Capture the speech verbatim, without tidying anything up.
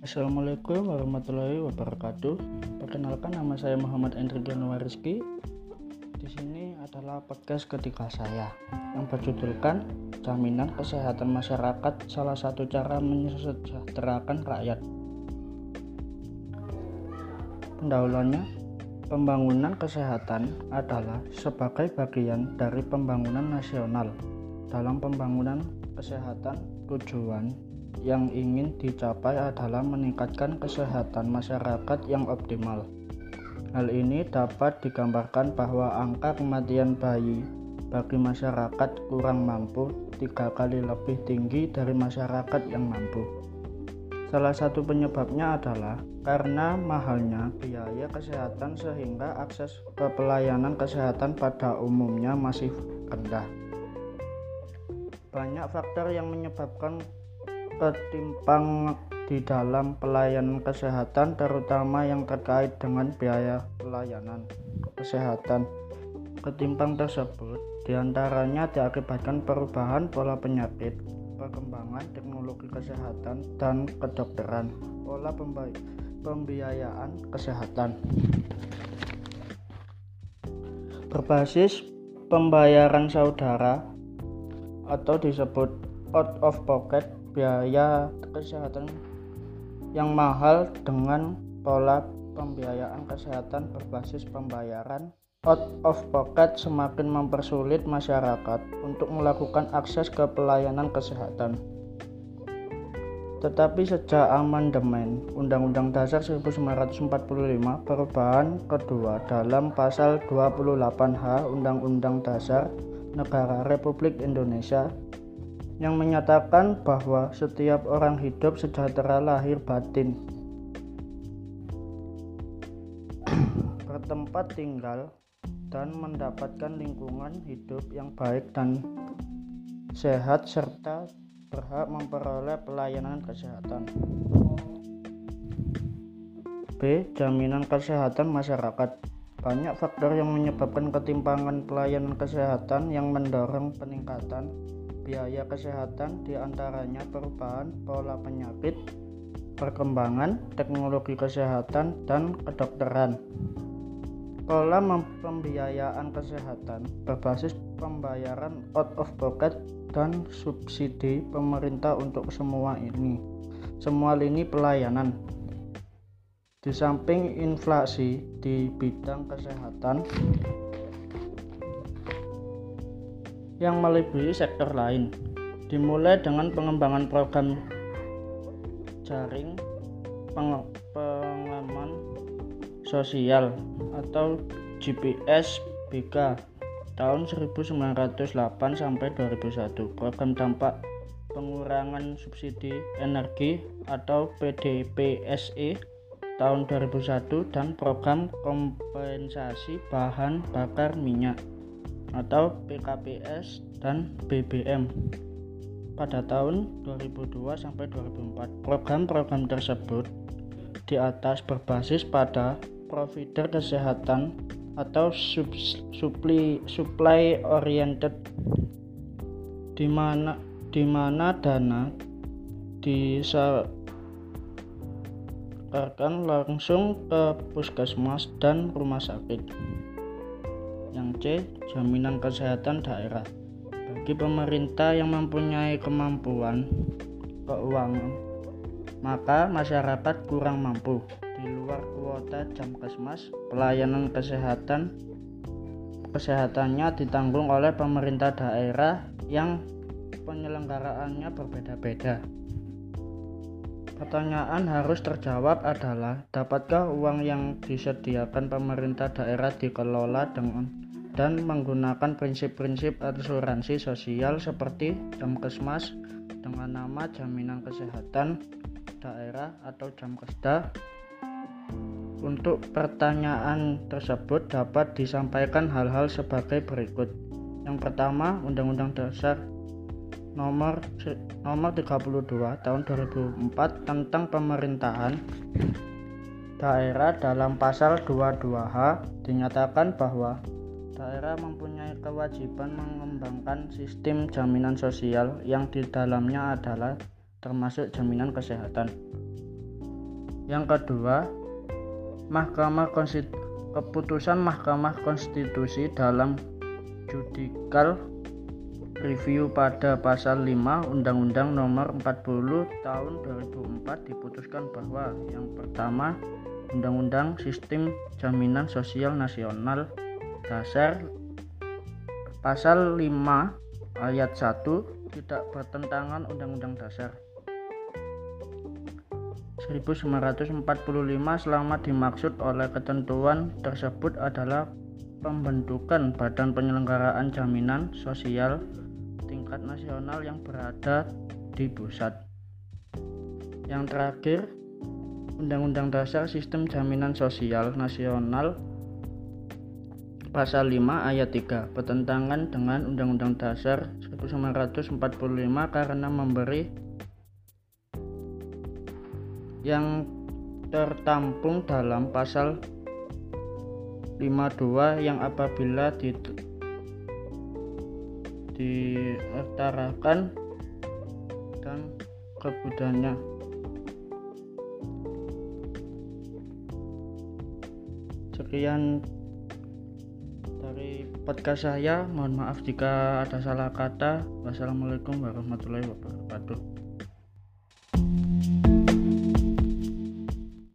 Assalamualaikum warahmatullahi wabarakatuh. Perkenalkan, nama saya Muhammad Endrik Yanuar Rizky. Di sini adalah podcast ketiga saya yang berjudulkan Jaminan Kesehatan Masyarakat, salah satu cara mensejahterakan rakyat. Pendahuluannya, pembangunan kesehatan adalah sebagai bagian dari pembangunan nasional. Dalam pembangunan kesehatan, tujuan yang ingin dicapai adalah meningkatkan kesehatan masyarakat yang optimal. Hal ini dapat digambarkan bahwa angka kematian bayi bagi masyarakat kurang mampu tiga kali lebih tinggi dari masyarakat yang mampu. Salah satu penyebabnya adalah karena mahalnya biaya kesehatan sehingga akses ke pelayanan kesehatan pada umumnya masih rendah. Banyak faktor yang menyebabkan ketimpang di dalam pelayanan kesehatan, terutama yang terkait dengan biaya pelayanan kesehatan. Ketimpang tersebut diantaranya diakibatkan perubahan pola penyakit, perkembangan teknologi kesehatan dan kedokteran, pola pembi- pembiayaan kesehatan berbasis pembayaran saudara atau disebut out of pocket, biaya kesehatan yang mahal dengan pola pembiayaan kesehatan berbasis pembayaran out of pocket semakin mempersulit masyarakat untuk melakukan akses ke pelayanan kesehatan. Tetapi sejak amandemen Undang-Undang Dasar seribu sembilan ratus empat puluh lima, perubahan kedua dalam pasal dua puluh delapan H Undang-Undang Dasar Negara Republik Indonesia yang menyatakan bahwa setiap orang hidup sejahtera lahir batin, bertempat tinggal, dan mendapatkan lingkungan hidup yang baik dan sehat, serta berhak memperoleh pelayanan kesehatan. B. Jaminan kesehatan masyarakat. Banyak faktor yang menyebabkan ketimpangan pelayanan kesehatan yang mendorong peningkatan biaya kesehatan, diantaranya perubahan pola penyakit, perkembangan teknologi kesehatan, dan kedokteran. Pola pembiayaan kesehatan berbasis pembayaran out of pocket dan subsidi pemerintah untuk semua ini, semua lini pelayanan. Di samping inflasi di bidang kesehatan yang melebihi sektor lain, dimulai dengan pengembangan program jaring peng- pengaman sosial atau J P S B K tahun seribu sembilan ratus delapan sampai dua ribu satu, program dampak pengurangan subsidi energi atau P D P S E tahun dua ribu satu, dan program kompensasi bahan bakar minyak atau P K P S dan B B M pada tahun dua ribu dua sampai dua ribu empat. Program-program tersebut di atas berbasis pada provider kesehatan atau sub, supply, supply oriented, di mana di mana dana disalurkan langsung ke puskesmas dan rumah sakit. Yang C. Jaminan kesehatan daerah. Bagi pemerintah yang mempunyai kemampuan keuangan, maka masyarakat kurang mampu, di luar kuota Jamkesmas, pelayanan kesehatan kesehatannya ditanggung oleh pemerintah daerah yang penyelenggaraannya berbeda-beda. Pertanyaan harus terjawab adalah, dapatkah uang yang disediakan pemerintah daerah dikelola dengan dan menggunakan prinsip-prinsip asuransi sosial seperti Jamkesmas dengan nama Jaminan Kesehatan Daerah atau Jamkesda? Untuk pertanyaan tersebut dapat disampaikan hal-hal sebagai berikut. Yang pertama, Undang-Undang Dasar nomor nomor tiga puluh dua tahun dua ribu empat tentang pemerintahan daerah dalam pasal dua puluh dua H dinyatakan bahwa daerah mempunyai kewajiban mengembangkan sistem jaminan sosial yang di dalamnya adalah termasuk jaminan kesehatan. Yang kedua, Mahkamah Konstitu- keputusan Mahkamah Konstitusi dalam Judicial Review pada pasal lima Undang-Undang Nomor empat puluh Tahun dua ribu empat diputuskan bahwa yang pertama, Undang-Undang Sistem Jaminan Sosial Nasional Dasar pasal lima ayat satu tidak bertentangan Undang-Undang Dasar seribu sembilan ratus empat puluh lima selama dimaksud oleh ketentuan tersebut adalah pembentukan Badan Penyelenggaraan Jaminan Sosial tingkat nasional yang berada di pusat. Yang terakhir, Undang-Undang Dasar Sistem Jaminan Sosial Nasional pasal lima ayat tiga bertentangan dengan Undang-Undang Dasar seribu sembilan ratus empat puluh lima karena memberi yang tertampung dalam pasal lima puluh dua yang apabila diutarakan dan kebudayaannya. Sekian dari podcast saya, mohon maaf jika ada salah kata. Wassalamualaikum warahmatullahi wabarakatuh.